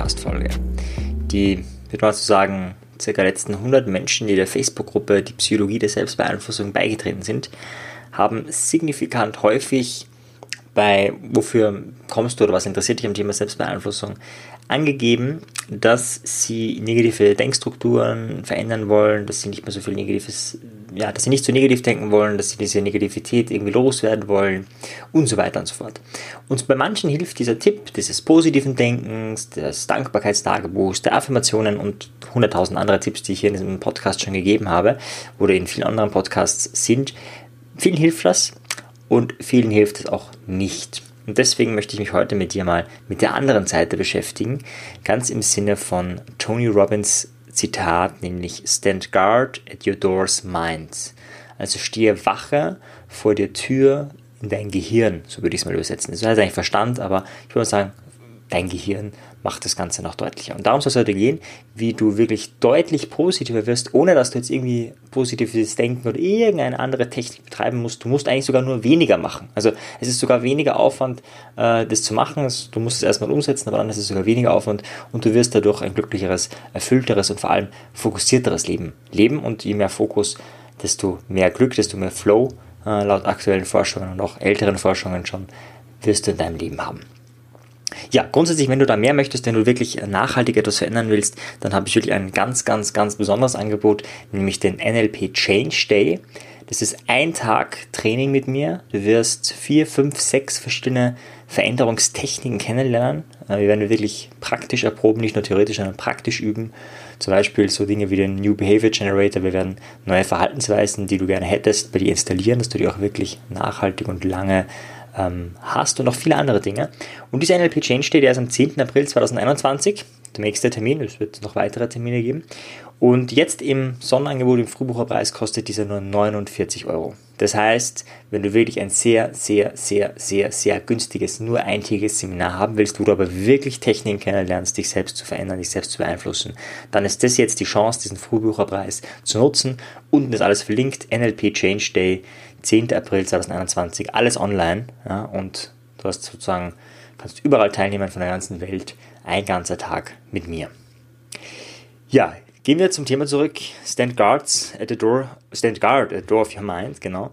Podcast-Folge. Die, würde man so sagen, ca. letzten 100 Menschen, die der Facebook-Gruppe Die Psychologie der Selbstbeeinflussung beigetreten sind, haben signifikant häufig bei wofür kommst du oder was interessiert dich am Thema Selbstbeeinflussung angegeben, dass sie negative Denkstrukturen verändern wollen, dass sie nicht mehr so viel Negatives, dass sie nicht so negativ denken wollen, dass sie diese Negativität irgendwie loswerden wollen und so weiter und so fort. Und bei manchen hilft dieser Tipp des positiven Denkens, des Dankbarkeitstagebuchs, der Affirmationen und 100.000 andere Tipps, die ich hier in diesem Podcast schon gegeben habe oder in vielen anderen Podcasts sind. Vielen hilft das und vielen hilft es auch nicht. Und deswegen möchte ich mich heute mit dir mal mit der anderen Seite beschäftigen, ganz im Sinne von Tony Robbins Zitat, nämlich Stand guard at your door's mind. Also stehe wache vor der Tür in dein Gehirn, so würde ich es mal übersetzen. Das heißt eigentlich Verstand, aber ich würde mal sagen, dein Gehirn macht das Ganze noch deutlicher. Und darum soll es heute gehen, wie du wirklich deutlich positiver wirst, ohne dass du jetzt irgendwie positives Denken oder irgendeine andere Technik betreiben musst. Du musst eigentlich sogar nur weniger machen. Also es ist sogar weniger Aufwand, das zu machen. Du musst es erstmal umsetzen, aber dann ist es sogar weniger Aufwand und du wirst dadurch ein glücklicheres, erfüllteres und vor allem fokussierteres Leben leben. Und je mehr Fokus, desto mehr Glück, desto mehr Flow, laut aktuellen Forschungen und auch älteren Forschungen schon, wirst du in deinem Leben haben. Ja, grundsätzlich, wenn du da mehr möchtest, wenn du wirklich nachhaltig etwas verändern willst, dann habe ich wirklich ein ganz, ganz, ganz besonderes Angebot, nämlich den NLP Change Day. Das ist ein Tag Training mit mir. Du wirst 4, 5, 6 verschiedene Veränderungstechniken kennenlernen. Wir werden wirklich praktisch erproben, nicht nur theoretisch, sondern praktisch üben. Zum Beispiel so Dinge wie den New Behavior Generator. Wir werden neue Verhaltensweisen, die du gerne hättest, bei dir installieren, dass du die auch wirklich nachhaltig und lange hast und noch viele andere Dinge. Und dieser NLP Change Day, der ist am 10. April 2021, der nächste Termin, es wird noch weitere Termine geben. Und jetzt im Sonderangebot, im Frühbucherpreis, kostet dieser nur 49 Euro. Das heißt, wenn du wirklich ein sehr, sehr, sehr, sehr, sehr günstiges, nur eintägiges Seminar haben willst, wo du aber wirklich Techniken kennenlernst, dich selbst zu verändern, dich selbst zu beeinflussen, dann ist das jetzt die Chance, diesen Frühbucherpreis zu nutzen. Unten ist alles verlinkt, NLP Change Day, 10. April 2021, alles online, ja, und du hast sozusagen, kannst überall teilnehmen von der ganzen Welt, ein ganzer Tag mit mir. Ja, gehen wir zum Thema zurück. Stand guard at the door of your mind, genau.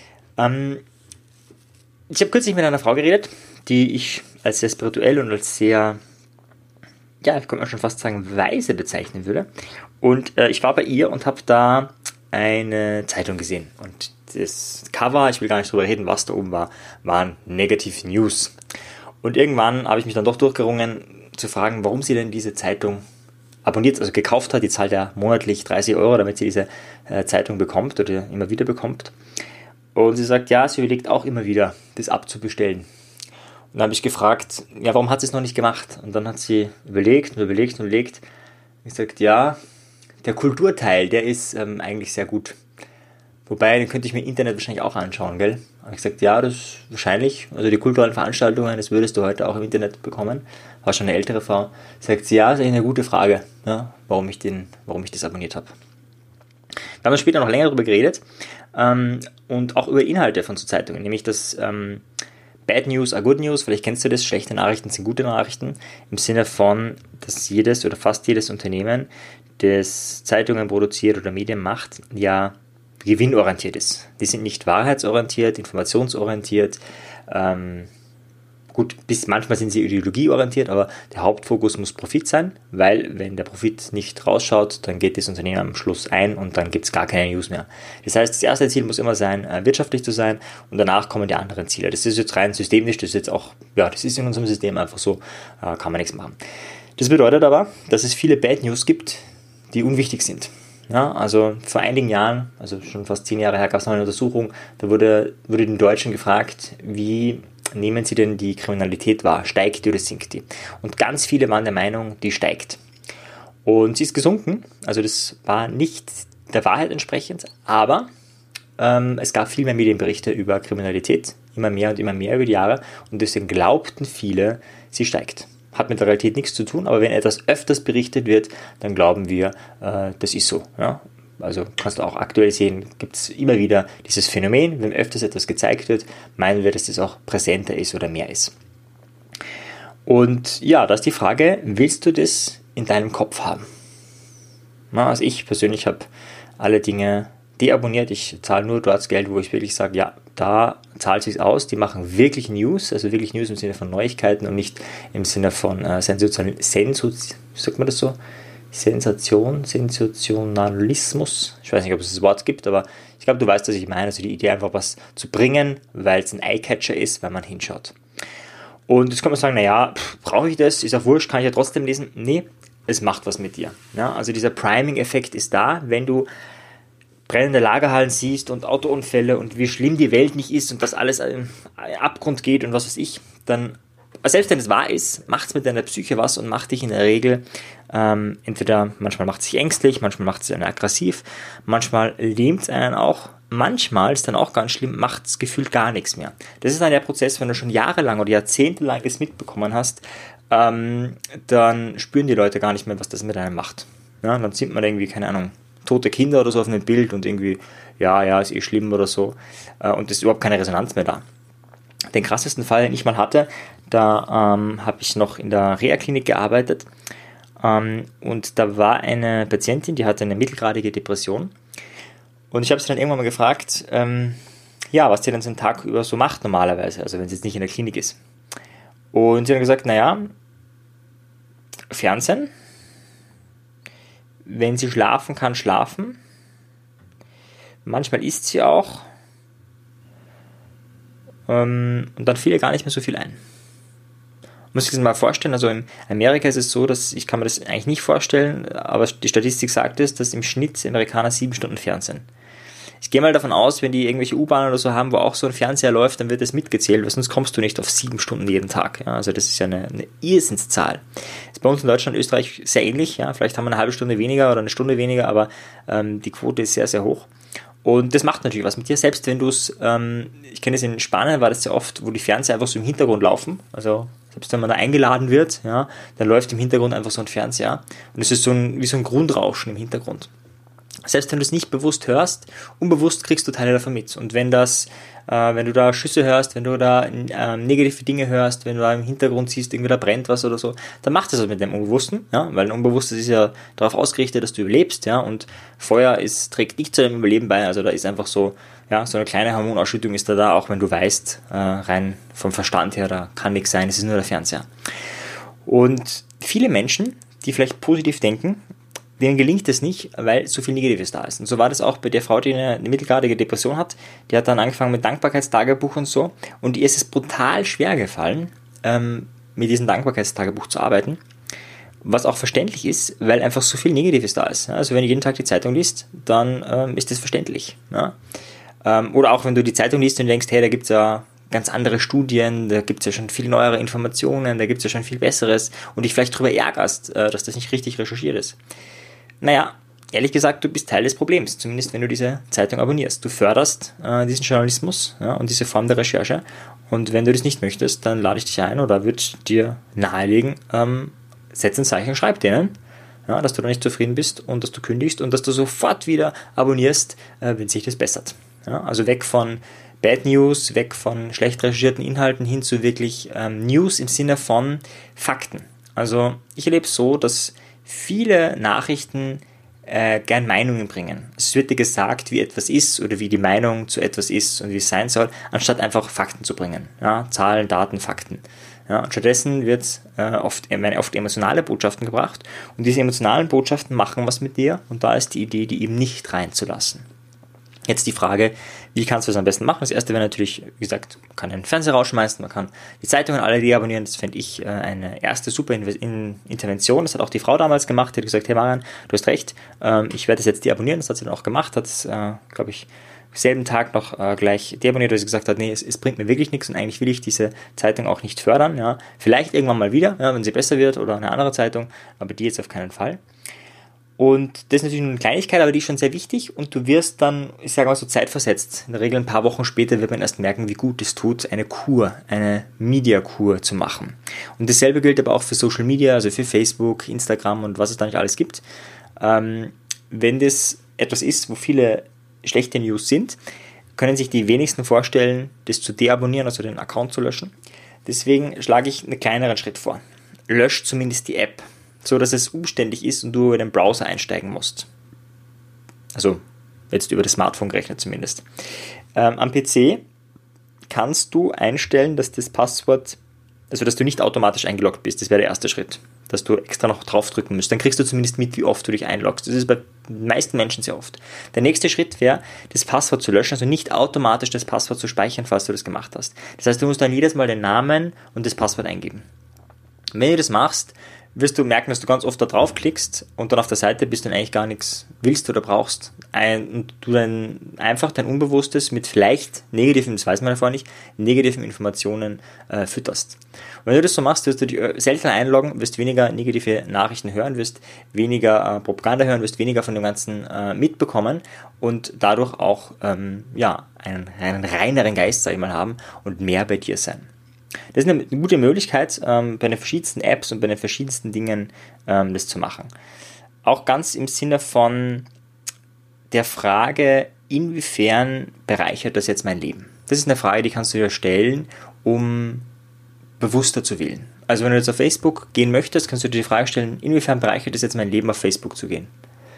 Ich habe kürzlich mit einer Frau geredet, die ich als sehr spirituell und als sehr, ich könnte man schon fast sagen, weise bezeichnen würde. Und ich war bei ihr und habe da eine Zeitung gesehen. Und das Cover, ich will gar nicht drüber reden, was da oben war, waren Negative News. Und irgendwann habe ich mich dann doch durchgerungen, zu fragen, warum sie denn diese Zeitung abonniert, also gekauft hat. Die zahlt ja monatlich 30 Euro, damit sie diese Zeitung bekommt oder immer wieder bekommt. Und sie sagt, ja, sie überlegt auch immer wieder, das abzubestellen. Und dann habe ich gefragt, ja, warum hat sie es noch nicht gemacht? Und dann hat sie überlegt. Ich gesagt, ja, der Kulturteil, der ist eigentlich sehr gut. Wobei, den könnte ich mir im Internet wahrscheinlich auch anschauen, gell? Habe ich gesagt, ja, das ist wahrscheinlich. Also die kulturellen Veranstaltungen, das würdest du heute auch im Internet bekommen. War schon eine ältere Frau. Sagt sie, ja, das ist eigentlich eine gute Frage, ja, warum ich das abonniert habe. Wir haben dann später noch länger darüber geredet und auch über Inhalte von so Zeitungen, nämlich dass Bad News are Good News, vielleicht kennst du das, schlechte Nachrichten sind gute Nachrichten, im Sinne von, dass jedes oder fast jedes Unternehmen, das Zeitungen produziert oder Medien macht, ja gewinnorientiert ist. Die sind nicht wahrheitsorientiert, informationsorientiert, manchmal sind sie ideologieorientiert, aber der Hauptfokus muss Profit sein, weil wenn der Profit nicht rausschaut, dann geht das Unternehmen am Schluss ein und dann gibt es gar keine News mehr. Das heißt, das erste Ziel muss immer sein, wirtschaftlich zu sein und danach kommen die anderen Ziele. Das ist jetzt rein systemisch, das ist jetzt auch, das ist in unserem System einfach so, kann man nichts machen. Das bedeutet aber, dass es viele Bad News gibt, die unwichtig sind. Ja, also vor einigen Jahren, also schon fast 10 Jahre her, gab es noch eine Untersuchung, da wurde den Deutschen gefragt, wie nehmen sie denn die Kriminalität wahr? Steigt die oder sinkt die? Und ganz viele waren der Meinung, die steigt. Und sie ist gesunken, also das war nicht der Wahrheit entsprechend, aber es gab viel mehr Medienberichte über Kriminalität, immer mehr und immer mehr über die Jahre und deswegen glaubten viele, sie steigt. Hat mit der Realität nichts zu tun, aber wenn etwas öfters berichtet wird, dann glauben wir, das ist so. Ja? Also kannst du auch aktuell sehen, gibt es immer wieder dieses Phänomen, wenn öfters etwas gezeigt wird, meinen wir, dass das auch präsenter ist oder mehr ist. Und ja, da ist die Frage, willst du das in deinem Kopf haben? Na, also ich persönlich habe alle Dinge deabonniert. Ich zahle nur dort Geld, wo ich wirklich sage, ja, da zahlt es sich aus. Die machen wirklich News, also wirklich News im Sinne von Neuigkeiten und nicht im Sinne von sagt man das so? Sensationalismus. Ich weiß nicht, ob es das Wort gibt, aber ich glaube, du weißt, was ich meine. Also die Idee, einfach was zu bringen, weil es ein Eyecatcher ist, weil man hinschaut. Und jetzt kann man sagen, naja, brauche ich das? Ist auch wurscht, kann ich ja trotzdem lesen? Nee, es macht was mit dir. Ja, also dieser Priming-Effekt ist da, wenn du brennende Lagerhallen siehst und Autounfälle und wie schlimm die Welt nicht ist und dass alles in Abgrund geht und was weiß ich, dann, selbst wenn es wahr ist, macht es mit deiner Psyche was und macht dich in der Regel entweder, manchmal macht es sich ängstlich, manchmal macht es einen aggressiv, manchmal lähmt es einen auch, manchmal ist dann auch ganz schlimm, macht es gefühlt gar nichts mehr. Das ist dann der Prozess, wenn du schon jahrelang oder jahrzehntelang das mitbekommen hast, dann spüren die Leute gar nicht mehr, was das mit einem macht. Ja, dann sieht man irgendwie, keine Ahnung, tote Kinder oder so auf einem Bild und irgendwie, ja, ist eh schlimm oder so. Und es ist überhaupt keine Resonanz mehr da. Den krassesten Fall, den ich mal hatte, da habe ich noch in der Reha-Klinik gearbeitet und da war eine Patientin, die hatte eine mittelgradige Depression und ich habe sie dann irgendwann mal gefragt, was sie dann so einen Tag über so macht normalerweise, also wenn sie jetzt nicht in der Klinik ist. Und sie hat gesagt, naja, Fernsehen, wenn sie schlafen kann, schlafen. Manchmal isst sie auch. Und dann fiel ihr gar nicht mehr so viel ein. Muss ich das mal vorstellen, also in Amerika ist es so, dass ich kann mir das eigentlich nicht vorstellen, aber die Statistik sagt es, dass im Schnitt Amerikaner 7 Stunden Fernsehen. Ich gehe mal davon aus, wenn die irgendwelche U-Bahnen oder so haben, wo auch so ein Fernseher läuft, dann wird das mitgezählt, weil sonst kommst du nicht auf 7 Stunden jeden Tag. Ja, also das ist ja eine Irrsinnszahl. Ist bei uns in Deutschland und Österreich sehr ähnlich. Ja, vielleicht haben wir eine halbe Stunde weniger oder eine Stunde weniger, aber die Quote ist sehr, sehr hoch. Und das macht natürlich was mit dir, selbst wenn du es, ich kenne es in Spanien, war das sehr oft, wo die Fernseher einfach so im Hintergrund laufen, also selbst wenn man da eingeladen wird, ja, dann läuft im Hintergrund einfach so ein Fernseher und es ist wie so ein Grundrauschen im Hintergrund. Selbst wenn du es nicht bewusst hörst, unbewusst kriegst du Teile davon mit. Und wenn du da Schüsse hörst, wenn du da negative Dinge hörst, wenn du da im Hintergrund siehst, irgendwie da brennt was oder so, dann macht das was mit dem Unbewussten, ja, weil ein Unbewusstes ist ja darauf ausgerichtet, dass du überlebst, ja, und Feuer trägt nicht zu deinem Überleben bei, also da ist einfach so, ja, so eine kleine Hormonausschüttung ist da, auch wenn du weißt, rein vom Verstand her, da kann nichts sein, es ist nur der Fernseher. Und viele Menschen, die vielleicht positiv denken, denen gelingt es nicht, weil so viel Negatives da ist. Und so war das auch bei der Frau, die eine mittelgradige Depression hat. Die hat dann angefangen mit Dankbarkeitstagebuch und so. Und ihr ist es brutal schwer gefallen, mit diesem Dankbarkeitstagebuch zu arbeiten. Was auch verständlich ist, weil einfach so viel Negatives da ist. Also wenn du jeden Tag die Zeitung liest, dann ist das verständlich. Ja? Oder auch wenn du die Zeitung liest und denkst, hey, da gibt es ja ganz andere Studien, da gibt es ja schon viel neuere Informationen, da gibt es ja schon viel Besseres und dich vielleicht darüber ärgerst, dass das nicht richtig recherchiert ist. Naja, ehrlich gesagt, du bist Teil des Problems, zumindest wenn du diese Zeitung abonnierst. Du förderst diesen Journalismus, ja, und diese Form der Recherche. Und wenn du das nicht möchtest, dann lade ich dich ein oder würde dir nahelegen, setz ein Zeichen, schreib denen, ja, dass du da nicht zufrieden bist und dass du kündigst und dass du sofort wieder abonnierst, wenn sich das bessert. Ja, also weg von Bad News, weg von schlecht recherchierten Inhalten hin zu wirklich News im Sinne von Fakten. Also ich erlebe es so, dass viele Nachrichten gern Meinungen bringen. Es wird dir gesagt, wie etwas ist oder wie die Meinung zu etwas ist und wie es sein soll, anstatt einfach Fakten zu bringen. Ja, Zahlen, Daten, Fakten. Ja, und stattdessen wird oft emotionale Botschaften gebracht und diese emotionalen Botschaften machen was mit dir und da ist die Idee, die eben nicht reinzulassen. Jetzt die Frage, wie kannst du das am besten machen? Das erste wäre natürlich, wie gesagt, man kann den Fernseher rausschmeißen, man kann die Zeitungen alle deabonnieren. Das fände ich eine erste super Intervention. Das hat auch die Frau damals gemacht. Die hat gesagt, hey Marian, du hast recht, ich werde das jetzt deabonnieren. Das hat sie dann auch gemacht, hat es, glaube ich, am selben Tag noch gleich deabonniert, weil sie gesagt hat, nee, es bringt mir wirklich nichts und eigentlich will ich diese Zeitung auch nicht fördern. Ja. Vielleicht irgendwann mal wieder, ja, wenn sie besser wird oder eine andere Zeitung, aber die jetzt auf keinen Fall. Und das ist natürlich nur eine Kleinigkeit, aber die ist schon sehr wichtig und du wirst dann, ich sage mal so zeitversetzt, in der Regel ein paar Wochen später wird man erst merken, wie gut es tut, eine Media-Kur zu machen. Und dasselbe gilt aber auch für Social Media, also für Facebook, Instagram und was es da nicht alles gibt. Wenn das etwas ist, wo viele schlechte News sind, können sich die wenigsten vorstellen, das zu deabonnieren, also den Account zu löschen. Deswegen schlage ich einen kleineren Schritt vor. Lösch zumindest die App, so dass es umständlich ist und du über den Browser einsteigen musst. Also jetzt über das Smartphone gerechnet zumindest. Am PC kannst du einstellen, dass das Passwort, also dass du nicht automatisch eingeloggt bist. Das wäre der erste Schritt, dass du extra noch draufdrücken musst. Dann kriegst du zumindest mit, wie oft du dich einloggst. Das ist bei den meisten Menschen sehr oft. Der nächste Schritt wäre, das Passwort zu löschen, also nicht automatisch das Passwort zu speichern, falls du das gemacht hast. Das heißt, du musst dann jedes Mal den Namen und das Passwort eingeben. Wenn du das machst, wirst du merken, dass du ganz oft da draufklickst und dann auf der Seite bist und eigentlich gar nichts willst oder brauchst. Und du dann einfach dein Unbewusstes mit vielleicht negativen, das weiß man ja vorher nicht, negativen Informationen fütterst. Und wenn du das so machst, wirst du dich seltener einloggen, wirst weniger negative Nachrichten hören, wirst weniger Propaganda hören, wirst weniger von dem Ganzen mitbekommen und dadurch auch einen reineren Geist, sag ich mal, haben und mehr bei dir sein. Das ist eine gute Möglichkeit, bei den verschiedensten Apps und bei den verschiedensten Dingen das zu machen. Auch ganz im Sinne von der Frage, inwiefern bereichert das jetzt mein Leben? Das ist eine Frage, die kannst du dir stellen, um bewusster zu wählen. Also wenn du jetzt auf Facebook gehen möchtest, kannst du dir die Frage stellen, inwiefern bereichert es jetzt mein Leben, auf Facebook zu gehen?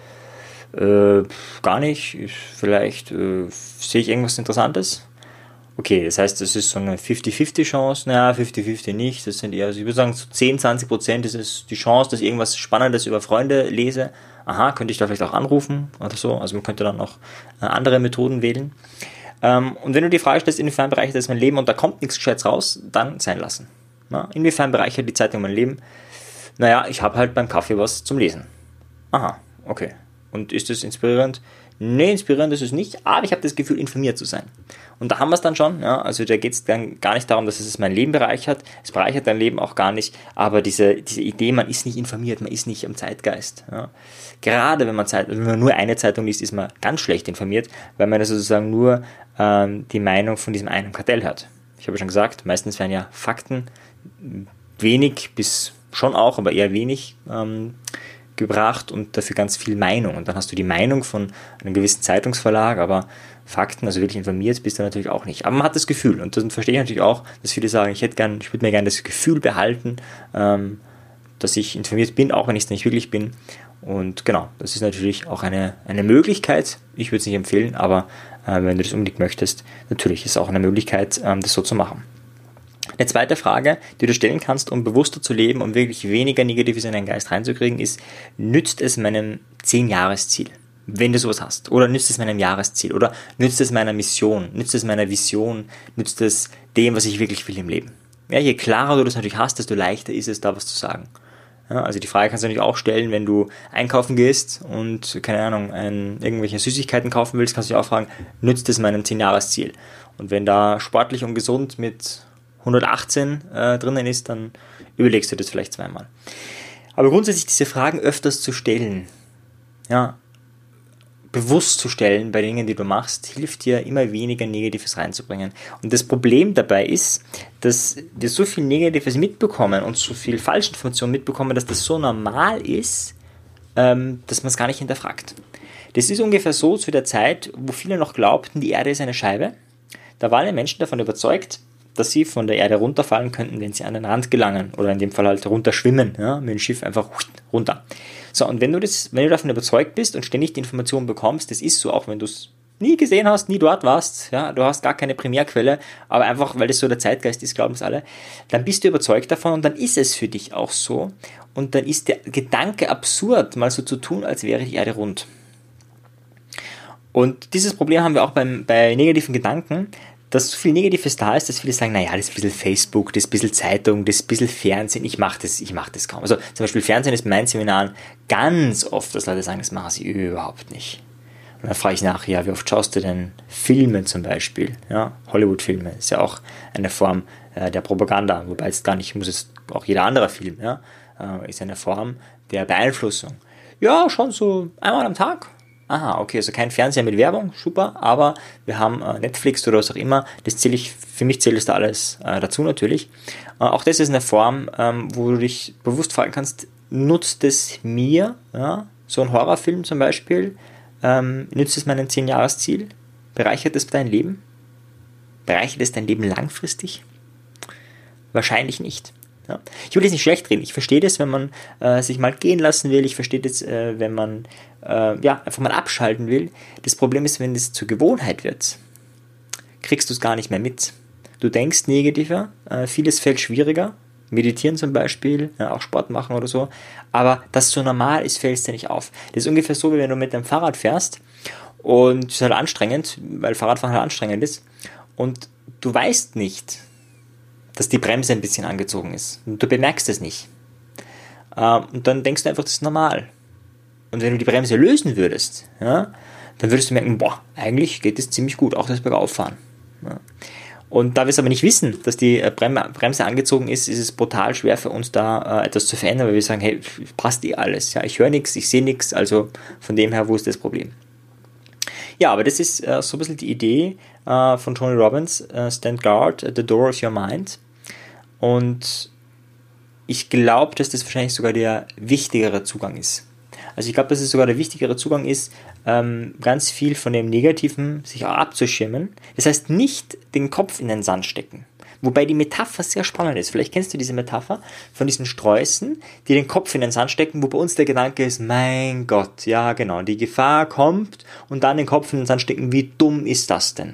Gar nicht. Vielleicht sehe ich irgendwas Interessantes. Okay, das heißt, das ist so eine 50-50 Chance. Naja, 50-50 nicht. Das sind eher, also ich würde sagen, so 10-20% ist es die Chance, dass ich irgendwas Spannendes über Freunde lese. Aha, könnte ich da vielleicht auch anrufen oder so. Also man könnte dann noch andere Methoden wählen. Und wenn du die Frage stellst, inwiefern bereichert das mein Leben und da kommt nichts Gescheites raus, dann sein lassen. Na, inwiefern bereichert die Zeitung mein Leben? Naja, ich habe halt beim Kaffee was zum Lesen. Aha, okay. Und ist das inspirierend? Nee, inspirierend ist es nicht, aber ich habe das Gefühl, informiert zu sein. Und da haben wir es dann schon, ja, also da geht es dann gar nicht darum, dass es mein Leben bereichert, es bereichert dein Leben auch gar nicht, aber diese Idee, man ist nicht informiert, man ist nicht am Zeitgeist. Ja. Gerade wenn man nur eine Zeitung liest, ist man ganz schlecht informiert, weil man sozusagen nur die Meinung von diesem einen Kartell hat. Ich habe schon gesagt, meistens werden ja Fakten wenig bis schon auch, aber eher wenig gebracht und dafür ganz viel Meinung. Und dann hast du die Meinung von einem gewissen Zeitungsverlag, aber Fakten, also wirklich informiert bist du natürlich auch nicht. Aber man hat das Gefühl und dann verstehe ich natürlich auch, dass viele sagen, ich würde mir gerne das Gefühl behalten, dass ich informiert bin, auch wenn ich es nicht wirklich bin. Und genau, das ist natürlich auch eine Möglichkeit. Ich würde es nicht empfehlen, aber wenn du das unbedingt möchtest, natürlich ist es auch eine Möglichkeit, das so zu machen. Eine zweite Frage, die du stellen kannst, um bewusster zu leben, um wirklich weniger Negatives in deinen Geist reinzukriegen, ist, nützt es meinem 10-Jahres-Ziel? Wenn du sowas hast. Oder nützt es meinem Jahresziel? Oder nützt es meiner Mission? Nützt es meiner Vision? Nützt es dem, was ich wirklich will im Leben? Ja, je klarer du das natürlich hast, desto leichter ist es, da was zu sagen. Ja, also die Frage kannst du natürlich auch stellen, wenn du einkaufen gehst und, keine Ahnung, irgendwelche Süßigkeiten kaufen willst, kannst du dich auch fragen, nützt es meinem 10-Jahres-Ziel? Und wenn da sportlich und gesund mit 118 drinnen ist, dann überlegst du das vielleicht zweimal. Aber grundsätzlich diese Fragen öfters zu stellen, ja, bewusst zu stellen bei Dingen, die du machst, hilft dir immer weniger Negatives reinzubringen. Und das Problem dabei ist, dass wir so viel Negatives mitbekommen und so viel Falschinformationen mitbekommen, dass das so normal ist, dass man es gar nicht hinterfragt. Das ist ungefähr so zu der Zeit, wo viele noch glaubten, die Erde ist eine Scheibe. Da waren die Menschen davon überzeugt, dass sie von der Erde runterfallen könnten, wenn sie an den Rand gelangen oder in dem Fall halt runterschwimmen, ja, mit dem Schiff einfach runter. So, und wenn du davon überzeugt bist und ständig die Informationen bekommst, das ist so, auch wenn du es nie gesehen hast, nie dort warst, ja, du hast gar keine Primärquelle, aber einfach, weil das so der Zeitgeist ist, glauben es alle, dann bist du überzeugt davon und dann ist es für dich auch so und dann ist der Gedanke absurd, mal so zu tun, als wäre die Erde rund. Und dieses Problem haben wir auch bei negativen Gedanken, dass so viel Negatives da ist, dass viele sagen, naja, das ist ein bisschen Facebook, das ist ein bisschen Zeitung, das ist ein bisschen Fernsehen, ich mache das kaum. Also zum Beispiel Fernsehen ist bei meinen Seminaren ganz oft, dass Leute sagen, das machen sie überhaupt nicht. Und dann frage ich nach, ja, wie oft schaust du denn Filme zum Beispiel? Ja, Hollywood-Filme ist ja auch eine Form der Propaganda, wobei es gar nicht, muss es auch jeder andere Film, ja, ist eine Form der Beeinflussung. Ja, schon so einmal am Tag. Aha, okay, also kein Fernseher mit Werbung, super, aber wir haben Netflix oder was auch immer, für mich zählt das da alles dazu natürlich. Auch das ist eine Form, wo du dich bewusst fragen kannst, nutzt es mir, ja, so ein Horrorfilm zum Beispiel, nützt es meinem 10-Jahres-Ziel, bereichert es dein Leben, bereichert es dein Leben langfristig? Wahrscheinlich nicht. Ja. Ich will das nicht schlecht reden. Ich verstehe das, wenn man sich mal gehen lassen will. Ich verstehe das, wenn man einfach mal abschalten will. Das Problem ist, wenn es zur Gewohnheit wird, kriegst du es gar nicht mehr mit. Du denkst negativer, vieles fällt schwieriger. Meditieren zum Beispiel, ja, auch Sport machen oder so. Aber dass es so normal ist, fällt es dir nicht auf. Das ist ungefähr so, wie wenn du mit deinem Fahrrad fährst und es ist halt anstrengend, weil Fahrradfahren halt anstrengend ist und du weißt nicht, dass die Bremse ein bisschen angezogen ist. Und du bemerkst es nicht. Und dann denkst du einfach, das ist normal. Und wenn du die Bremse lösen würdest, ja, dann würdest du merken, boah, eigentlich geht es ziemlich gut, auch das Bergauffahren. Ja. Und da wir es aber nicht wissen, dass die Bremse angezogen ist, ist es brutal schwer für uns da etwas zu verändern, weil wir sagen, hey, passt eh alles. Ja, ich höre nichts, ich sehe nichts, also von dem her, wo ist das Problem? Ja, aber das ist so ein bisschen die Idee von Tony Robbins, Stand Guard at the Door of Your Mind. Und ich glaube, dass das wahrscheinlich sogar der wichtigere Zugang ist. Also ich glaube, dass es sogar der wichtigere Zugang ist, ganz viel von dem Negativen sich auch abzuschirmen. Das heißt, nicht den Kopf in den Sand stecken. Wobei die Metapher sehr spannend ist. Vielleicht kennst du diese Metapher von diesen Sträußen, die den Kopf in den Sand stecken, wo bei uns der Gedanke ist, mein Gott, ja genau, die Gefahr kommt und dann den Kopf in den Sand stecken, wie dumm ist das denn?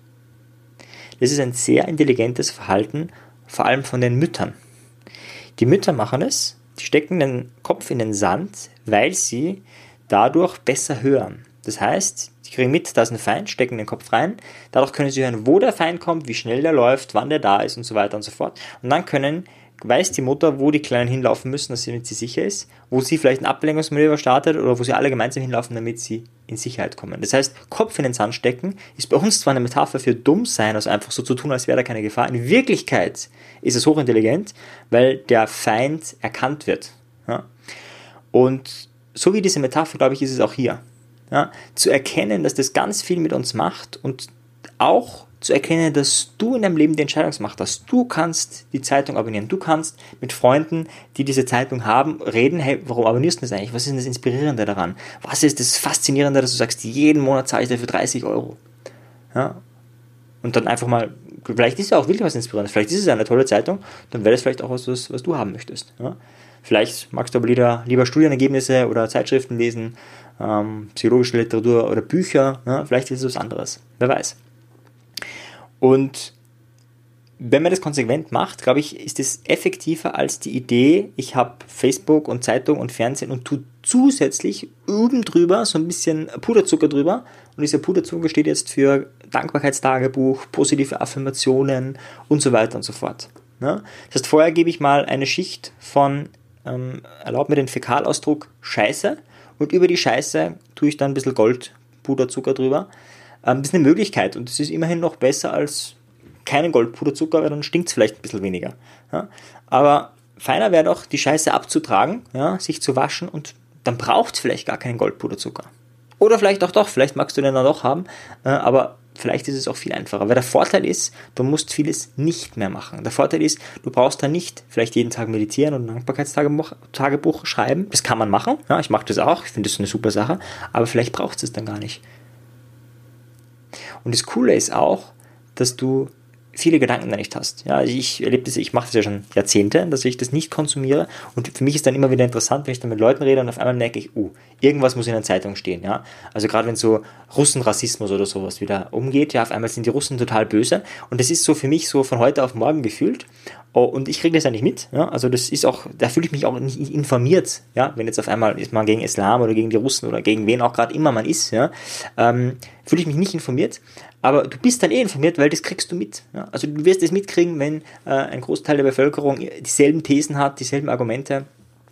Das ist ein sehr intelligentes Verhalten, vor allem von den Müttern. Die Mütter machen es, die stecken den Kopf in den Sand, weil sie dadurch besser hören. Das heißt, sie kriegen mit, da ist ein Feind, stecken den Kopf rein, dadurch können sie hören, wo der Feind kommt, wie schnell der läuft, wann der da ist und so weiter und so fort. Und dann weiß die Mutter, wo die Kleinen hinlaufen müssen, damit sie sicher ist, wo sie vielleicht ein Ablenkungsmanöver startet oder wo sie alle gemeinsam hinlaufen, damit sie in Sicherheit kommen. Das heißt, Kopf in den Sand stecken ist bei uns zwar eine Metapher für dumm sein, also einfach so zu tun, als wäre da keine Gefahr. In Wirklichkeit ist es hochintelligent, weil der Feind erkannt wird. Ja? Und so wie diese Metapher, glaube ich, ist es auch hier. Ja? Zu erkennen, dass das ganz viel mit uns macht und auch zu erkennen, dass du in deinem Leben die Entscheidungsmacht hast. Du kannst die Zeitung abonnieren. Du kannst mit Freunden, die diese Zeitung haben, reden, hey, warum abonnierst du das eigentlich? Was ist denn das Inspirierende daran? Was ist das Faszinierende, dass du sagst, jeden Monat zahle ich dafür 30 Euro? Ja? Und dann einfach mal, vielleicht ist es ja auch wirklich was Inspirierendes, vielleicht ist es eine tolle Zeitung, dann wäre das vielleicht auch was du haben möchtest. Ja? Vielleicht magst du aber lieber Studienergebnisse oder Zeitschriften lesen, psychologische Literatur oder Bücher, ja? Vielleicht ist es was anderes, wer weiß. Und wenn man das konsequent macht, glaube ich, ist es effektiver als die Idee, ich habe Facebook und Zeitung und Fernsehen und tue zusätzlich oben drüber so ein bisschen Puderzucker drüber. Und dieser Puderzucker steht jetzt für Dankbarkeitstagebuch, positive Affirmationen und so weiter und so fort. Ja? Das heißt, vorher gebe ich mal eine Schicht von, erlaubt mir den Fäkalausdruck, Scheiße. Und über die Scheiße tue ich dann ein bisschen Goldpuderzucker drüber. Das ist eine Möglichkeit und das ist immerhin noch besser als keinen Goldpuderzucker, weil dann stinkt es vielleicht ein bisschen weniger. Ja? Aber feiner wäre doch, die Scheiße abzutragen, ja? Sich zu waschen und dann braucht es vielleicht gar keinen Goldpuderzucker. Oder vielleicht auch doch, vielleicht magst du den dann doch haben, aber vielleicht ist es auch viel einfacher. Weil der Vorteil ist, du musst vieles nicht mehr machen. Der Vorteil ist, du brauchst dann nicht vielleicht jeden Tag meditieren und ein Dankbarkeitstagebuch schreiben. Das kann man machen, ja, ich mache das auch, ich finde das eine super Sache, aber vielleicht brauchst du es dann gar nicht. Und das Coole ist auch, dass du viele Gedanken da nicht hast. Ja, ich erlebe das, ich mache das ja schon Jahrzehnte, dass ich das nicht konsumiere und für mich ist dann immer wieder interessant, wenn ich dann mit Leuten rede und auf einmal merke ich, irgendwas muss in der Zeitung stehen. Ja? Also gerade wenn so Russenrassismus oder sowas wieder umgeht, ja, auf einmal sind die Russen total böse und das ist so für mich so von heute auf morgen gefühlt. Und ich kriege das ja nicht mit. Ja? Also das ist auch, da fühle ich mich auch nicht informiert, ja? Wenn jetzt auf einmal ist man gegen Islam oder gegen die Russen oder gegen wen auch gerade immer man ist, ja? Fühle ich mich nicht informiert. Aber du bist dann informiert, weil das kriegst du mit. Ja? Also du wirst es mitkriegen, wenn ein Großteil der Bevölkerung dieselben Thesen hat, dieselben Argumente.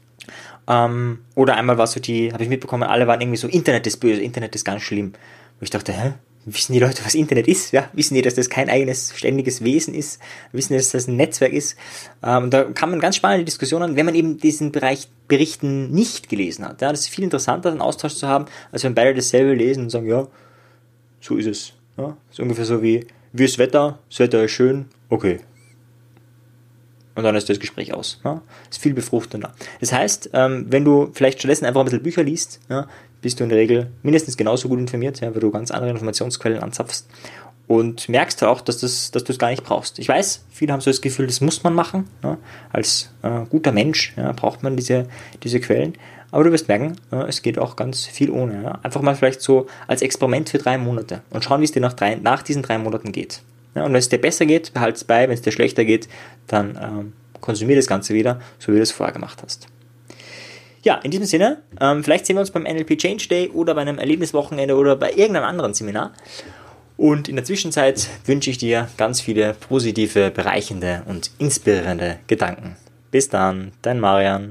Oder einmal war so habe ich mitbekommen, alle waren irgendwie so, Internet ist böse, Internet ist ganz schlimm. Und ich dachte, wissen die Leute, was Internet ist? Ja? Wissen die, dass das kein eigenes, ständiges Wesen ist? Wissen die, dass das ein Netzwerk ist? Und da kann man ganz spannende Diskussionen, wenn man eben diesen Bereich Berichten nicht gelesen hat. Ja? Das ist viel interessanter, einen Austausch zu haben, als wenn beide dasselbe lesen und sagen, ja, so ist es. Ja? So ungefähr so wie das Wetter ist schön, okay. Und dann ist das Gespräch aus. Ja? Ist viel befruchtender. Das heißt, wenn du vielleicht stattdessen einfach ein bisschen Bücher liest, ja, bist du in der Regel mindestens genauso gut informiert, ja, weil du ganz andere Informationsquellen anzapfst. und merkst auch, dass du es gar nicht brauchst. Ich weiß, viele haben so das Gefühl, das muss man machen. Ja? Als guter Mensch braucht man diese Quellen. Aber du wirst merken, es geht auch ganz viel ohne. Ja? Einfach mal vielleicht so als Experiment für 3 Monate und schauen, wie es dir nach diesen 3 Monaten geht. Ja? Und wenn es dir besser geht, behalte es bei. Wenn es dir schlechter geht, dann konsumier das Ganze wieder, so wie du es vorher gemacht hast. Ja, in diesem Sinne, vielleicht sehen wir uns beim NLP Change Day oder bei einem Erlebniswochenende oder bei irgendeinem anderen Seminar. Und in der Zwischenzeit wünsche ich dir ganz viele positive, bereichernde und inspirierende Gedanken. Bis dann, dein Marian.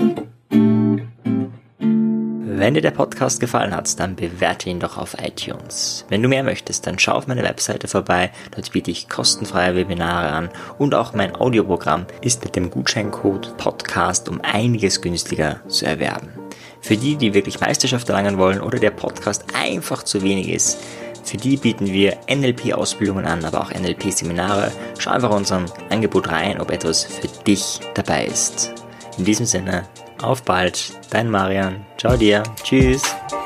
Wenn dir der Podcast gefallen hat, dann bewerte ihn doch auf iTunes. Wenn du mehr möchtest, dann schau auf meine Webseite vorbei. Dort biete ich kostenfreie Webinare an und auch mein Audioprogramm ist mit dem Gutscheincode PODCAST um einiges günstiger zu erwerben. Für die wirklich Meisterschaft erlangen wollen oder der Podcast einfach zu wenig ist, für die bieten wir NLP-Ausbildungen an, aber auch NLP-Seminare. Schau einfach in unserem Angebot rein, ob etwas für dich dabei ist. In diesem Sinne, auf bald, dein Marian. Ciao dir. Tschüss.